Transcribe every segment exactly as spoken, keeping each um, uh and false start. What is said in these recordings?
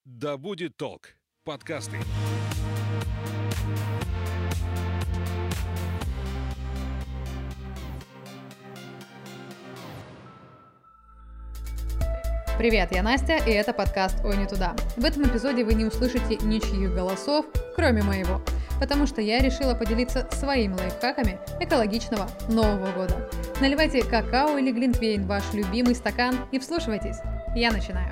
Да будет толк. Подкасты. Привет, я Настя, и это подкаст «Ой, не туда». В этом эпизоде вы не услышите ничьих голосов, кроме моего, потому что я решила поделиться своими лайфхаками экологичного Нового года. Наливайте какао или глинтвейн в ваш любимый стакан и вслушивайтесь. Я начинаю.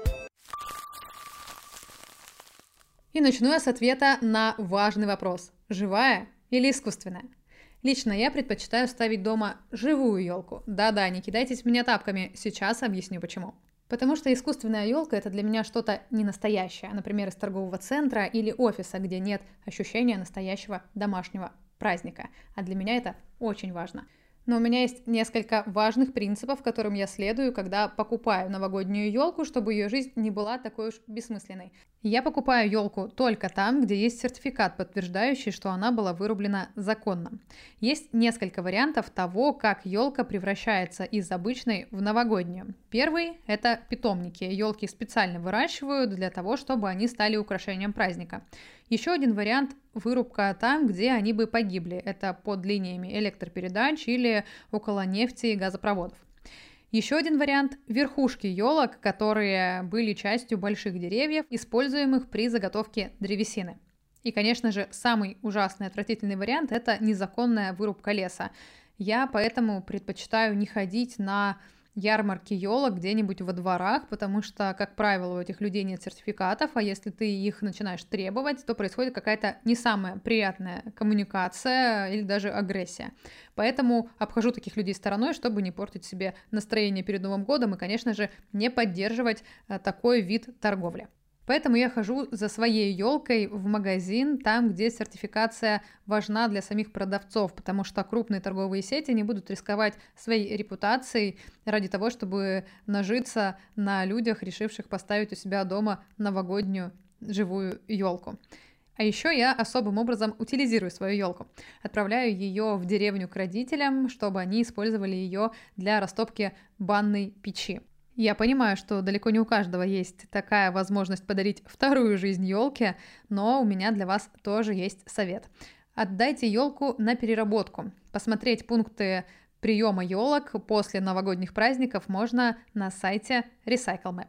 И начну я с ответа на важный вопрос. Живая или искусственная? Лично я предпочитаю ставить дома живую елку. Да-да, не кидайтесь в меня тапками, сейчас объясню почему. Потому что искусственная елка – это для меня что-то не настоящее, например, из торгового центра или офиса, где нет ощущения настоящего домашнего праздника. А для меня это очень важно. Но у меня есть несколько важных принципов, которым я следую, когда покупаю новогоднюю елку, чтобы ее жизнь не была такой уж бессмысленной. Я покупаю елку только там, где есть сертификат, подтверждающий, что она была вырублена законно. Есть несколько вариантов того, как елка превращается из обычной в новогоднюю. Первый – это питомники. Елки специально выращивают для того, чтобы они стали украшением праздника. Еще один вариант – вырубка там, где они бы погибли. Это под линиями электропередач или около нефти и газопроводов. Еще один вариант – верхушки елок, которые были частью больших деревьев, используемых при заготовке древесины. И, конечно же, самый ужасный, отвратительный вариант – это незаконная вырубка леса. Я поэтому предпочитаю не ходить на ярмарки елок где-нибудь во дворах, потому что, как правило, у этих людей нет сертификатов, а если ты их начинаешь требовать, то происходит какая-то не самая приятная коммуникация или даже агрессия. Поэтому обхожу таких людей стороной, чтобы не портить себе настроение перед Новым годом и, конечно же, не поддерживать такой вид торговли. Поэтому я хожу за своей елкой в магазин, там, где сертификация важна для самих продавцов, потому что крупные торговые сети не будут рисковать своей репутацией ради того, чтобы нажиться на людях, решивших поставить у себя дома новогоднюю живую елку. А еще я особым образом утилизирую свою елку. Отправляю ее в деревню к родителям, чтобы они использовали ее для растопки банной печи. Я понимаю, что далеко не у каждого есть такая возможность подарить вторую жизнь елке, но у меня для вас тоже есть совет. Отдайте елку на переработку. Посмотреть пункты приема елок после новогодних праздников можно на сайте RecycleMap.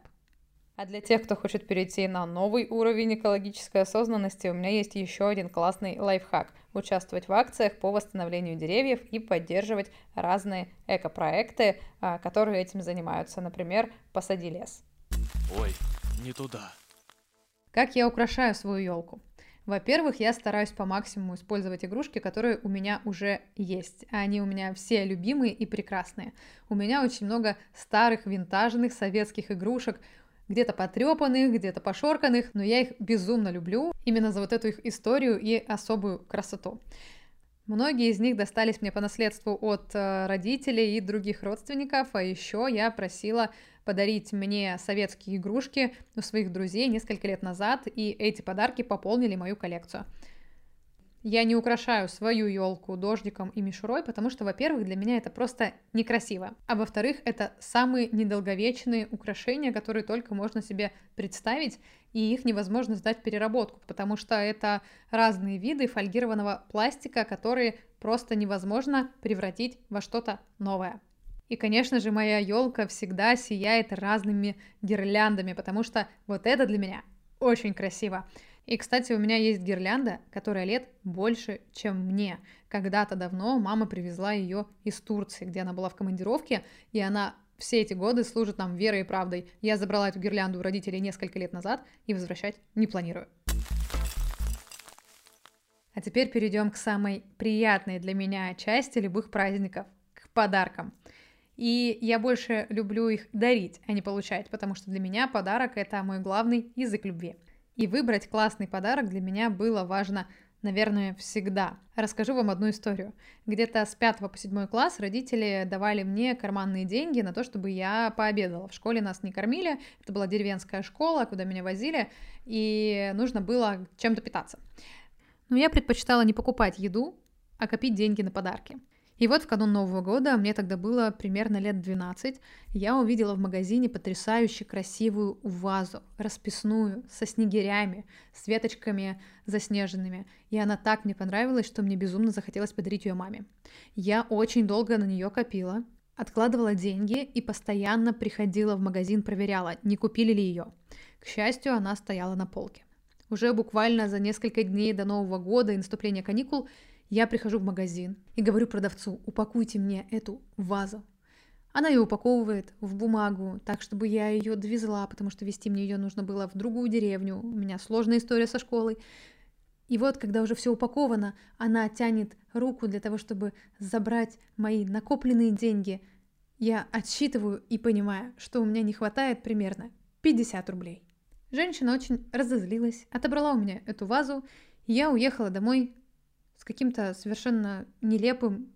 А для тех, кто хочет перейти на новый уровень экологической осознанности, у меня есть еще один классный лайфхак – участвовать в акциях по восстановлению деревьев и поддерживать разные экопроекты, которые этим занимаются. Например, «Посади лес». Ой, не туда. Как я украшаю свою елку? Во-первых, я стараюсь по максимуму использовать игрушки, которые у меня уже есть. Они у меня все любимые и прекрасные. У меня очень много старых, винтажных советских игрушек, где-то потрепанных, где-то пошорканных, но я их безумно люблю именно за вот эту их историю и особую красоту. Многие из них достались мне по наследству от родителей и других родственников, а еще я просила подарить мне советские игрушки у своих друзей несколько лет назад, и эти подарки пополнили мою коллекцию. Я не украшаю свою елку дождиком и мишурой, потому что, во-первых, для меня это просто некрасиво, а во-вторых, это самые недолговечные украшения, которые только можно себе представить, и их невозможно сдать в переработку, потому что это разные виды фольгированного пластика, которые просто невозможно превратить во что-то новое. И, конечно же, моя елка всегда сияет разными гирляндами, потому что вот это для меня очень красиво. И, кстати, у меня есть гирлянда, которая лет больше, чем мне. Когда-то давно мама привезла ее из Турции, где она была в командировке, и она все эти годы служит нам верой и правдой. Я забрала эту гирлянду у родителей несколько лет назад и возвращать не планирую. А теперь перейдем к самой приятной для меня части любых праздников, к подаркам. И я больше люблю их дарить, а не получать, потому что для меня подарок – это мой главный язык любви. И выбрать классный подарок для меня было важно, наверное, всегда. Расскажу вам одну историю. Где-то с пятого по седьмой класс родители давали мне карманные деньги на то, чтобы я пообедала. В школе нас не кормили, это была деревенская школа, куда меня возили, и нужно было чем-то питаться. Но я предпочитала не покупать еду, а копить деньги на подарки. И вот в канун Нового года, мне тогда было примерно лет двенадцать, я увидела в магазине потрясающе красивую вазу, расписную, со снегирями, с веточками заснеженными. И она так мне понравилась, что мне безумно захотелось подарить ее маме. Я очень долго на нее копила, откладывала деньги и постоянно приходила в магазин, проверяла, не купили ли ее. К счастью, она стояла на полке. Уже буквально за несколько дней до Нового года и наступления каникул я прихожу в магазин и говорю продавцу: упакуйте мне эту вазу. Она ее упаковывает в бумагу, так, чтобы я ее довезла, потому что везти мне ее нужно было в другую деревню. У меня сложная история со школой. И вот, когда уже все упаковано, она тянет руку для того, чтобы забрать мои накопленные деньги. Я отсчитываю и понимаю, что у меня не хватает примерно пятьдесят рублей. Женщина очень разозлилась, отобрала у меня эту вазу, и я уехала домой с каким-то совершенно нелепым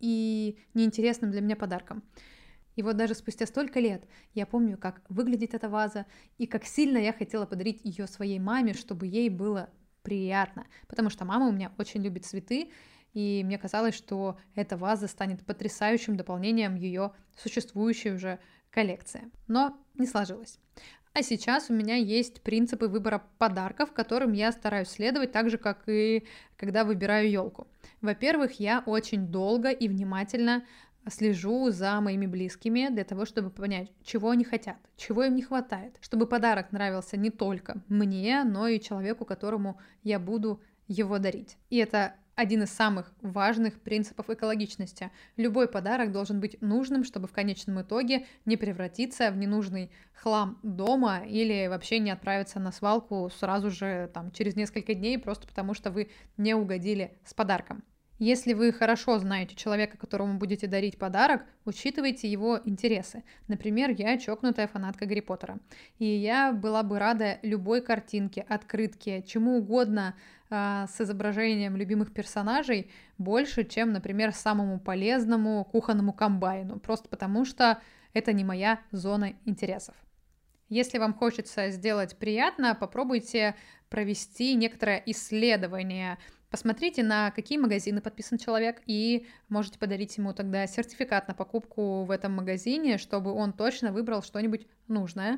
и неинтересным для меня подарком. И вот даже спустя столько лет я помню, как выглядит эта ваза, и как сильно я хотела подарить ее своей маме, чтобы ей было приятно. Потому что мама у меня очень любит цветы, и мне казалось, что эта ваза станет потрясающим дополнением ее существующей уже коллекции. Но не сложилось. А сейчас у меня есть принципы выбора подарков, которым я стараюсь следовать, так же, как и когда выбираю елку. Во-первых, я очень долго и внимательно слежу за моими близкими для того, чтобы понять, чего они хотят, чего им не хватает, чтобы подарок нравился не только мне, но и человеку, которому я буду его дарить. И это один из самых важных принципов экологичности. Любой подарок должен быть нужным, чтобы в конечном итоге не превратиться в ненужный хлам дома или вообще не отправиться на свалку сразу же там, через несколько дней, просто потому что вы не угодили с подарком. Если вы хорошо знаете человека, которому будете дарить подарок, учитывайте его интересы. Например, я чокнутая фанатка Гарри Поттера. И я была бы рада любой картинке, открытке, чему угодно э, с изображением любимых персонажей больше, чем, например, самому полезному кухонному комбайну. Просто потому что это не моя зона интересов. Если вам хочется сделать приятно, попробуйте провести некоторое исследование. Посмотрите, на какие магазины подписан человек, и можете подарить ему тогда сертификат на покупку в этом магазине, чтобы он точно выбрал что-нибудь нужное.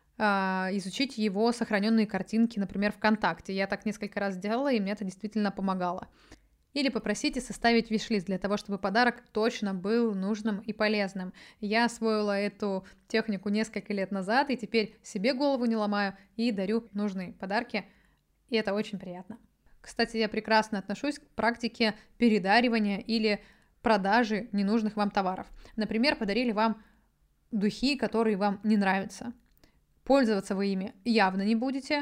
Изучите его сохраненные картинки, например, ВКонтакте. Я так несколько раз делала, и мне это действительно помогало. Или попросите составить виш-лист для того, чтобы подарок точно был нужным и полезным. Я освоила эту технику несколько лет назад, и теперь себе голову не ломаю и дарю нужные подарки, и это очень приятно. Кстати, я прекрасно отношусь к практике передаривания или продажи ненужных вам товаров. Например, подарили вам духи, которые вам не нравятся. Пользоваться вы ими явно не будете.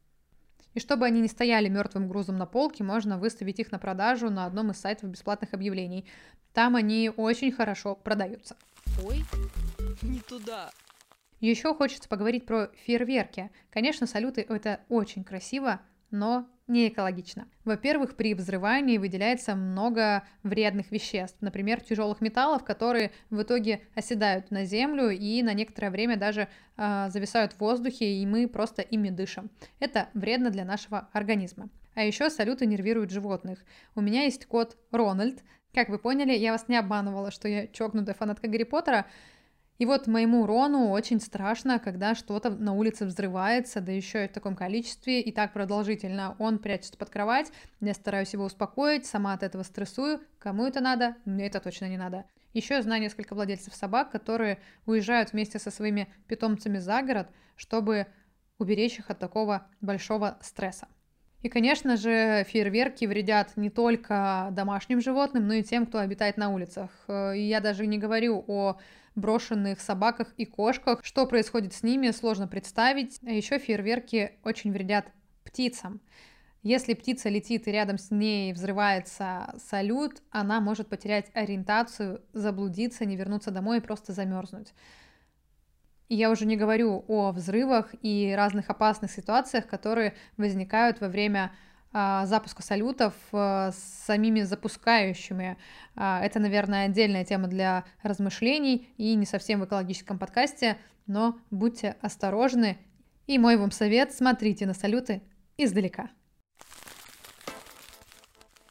И чтобы они не стояли мертвым грузом на полке, можно выставить их на продажу на одном из сайтов бесплатных объявлений. Там они очень хорошо продаются. Ой, не туда. Еще хочется поговорить про фейерверки. Конечно, салюты — это очень красиво, но не экологично. Во-первых, при взрывании выделяется много вредных веществ, например, тяжелых металлов, которые в итоге оседают на землю и на некоторое время даже э, зависают в воздухе, и мы просто ими дышим. Это вредно для нашего организма. А еще салюты нервируют животных. У меня есть кот Рональд. Как вы поняли, я вас не обманывала, что я чокнутая фанатка Гарри Поттера. И вот моему Рону очень страшно, когда что-то на улице взрывается, да еще и в таком количестве, и так продолжительно. Он прячется под кровать, я стараюсь его успокоить, сама от этого стрессую. Кому это надо? Мне это точно не надо. Еще я знаю несколько владельцев собак, которые уезжают вместе со своими питомцами за город, чтобы уберечь их от такого большого стресса. И, конечно же, фейерверки вредят не только домашним животным, но и тем, кто обитает на улицах. И я даже не говорю о брошенных собаках и кошках. Что происходит с ними, сложно представить. А еще фейерверки очень вредят птицам. Если птица летит и рядом с ней взрывается салют, она может потерять ориентацию, заблудиться, не вернуться домой и просто замерзнуть. И я уже не говорю о взрывах и разных опасных ситуациях, которые возникают во время а, запуска салютов а, с самими запускающими. А, это, наверное, отдельная тема для размышлений и не совсем в экологическом подкасте, но будьте осторожны. И мой вам совет: смотрите на салюты издалека.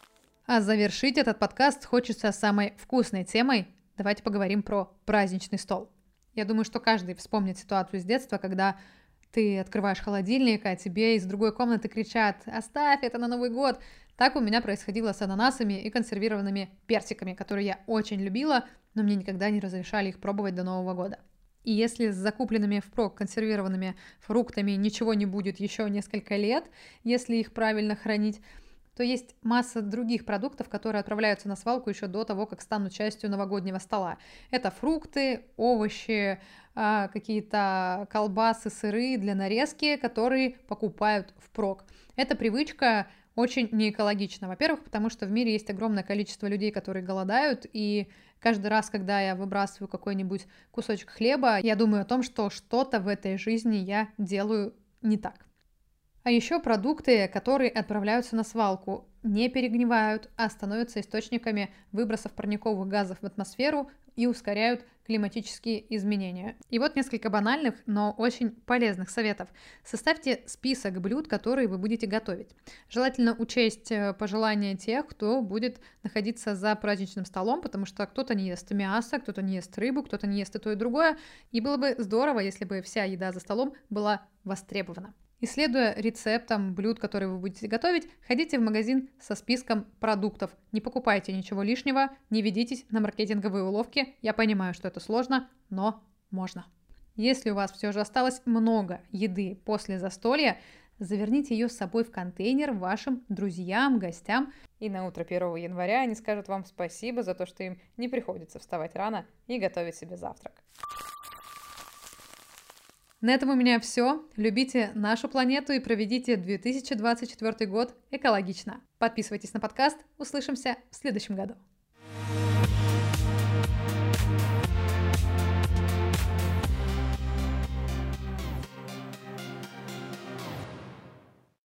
А завершить этот подкаст хочется самой вкусной темой. Давайте поговорим про праздничный стол. Я думаю, что каждый вспомнит ситуацию из детства, когда ты открываешь холодильник, а тебе из другой комнаты кричат: «Оставь это на Новый год!» Так у меня происходило с ананасами и консервированными персиками, которые я очень любила, но мне никогда не разрешали их пробовать до Нового года. И если с закупленными впрок консервированными фруктами ничего не будет еще несколько лет, если их правильно хранить, то есть масса других продуктов, которые отправляются на свалку еще до того, как станут частью новогоднего стола. Это фрукты, овощи, какие-то колбасы, сыры для нарезки, которые покупают впрок. Эта привычка очень неэкологична. Во-первых, потому что в мире есть огромное количество людей, которые голодают, и каждый раз, когда я выбрасываю какой-нибудь кусочек хлеба, я думаю о том, что что-то в этой жизни я делаю не так. А еще продукты, которые отправляются на свалку, не перегнивают, а становятся источниками выбросов парниковых газов в атмосферу и ускоряют климатические изменения. И вот несколько банальных, но очень полезных советов. Составьте список блюд, которые вы будете готовить. Желательно учесть пожелания тех, кто будет находиться за праздничным столом, потому что кто-то не ест мясо, кто-то не ест рыбу, кто-то не ест и то, и другое. И было бы здорово, если бы вся еда за столом была востребована. Исследуя рецептам блюд, которые вы будете готовить, ходите в магазин со списком продуктов. Не покупайте ничего лишнего, не ведитесь на маркетинговые уловки. Я понимаю, что это сложно, но можно. Если у вас все же осталось много еды после застолья, заверните ее с собой в контейнер вашим друзьям, гостям. И на утро первого января они скажут вам спасибо за то, что им не приходится вставать рано и готовить себе завтрак. На этом у меня все. Любите нашу планету и проведите две тысячи двадцать четвёртый год экологично. Подписывайтесь на подкаст. Услышимся в следующем году.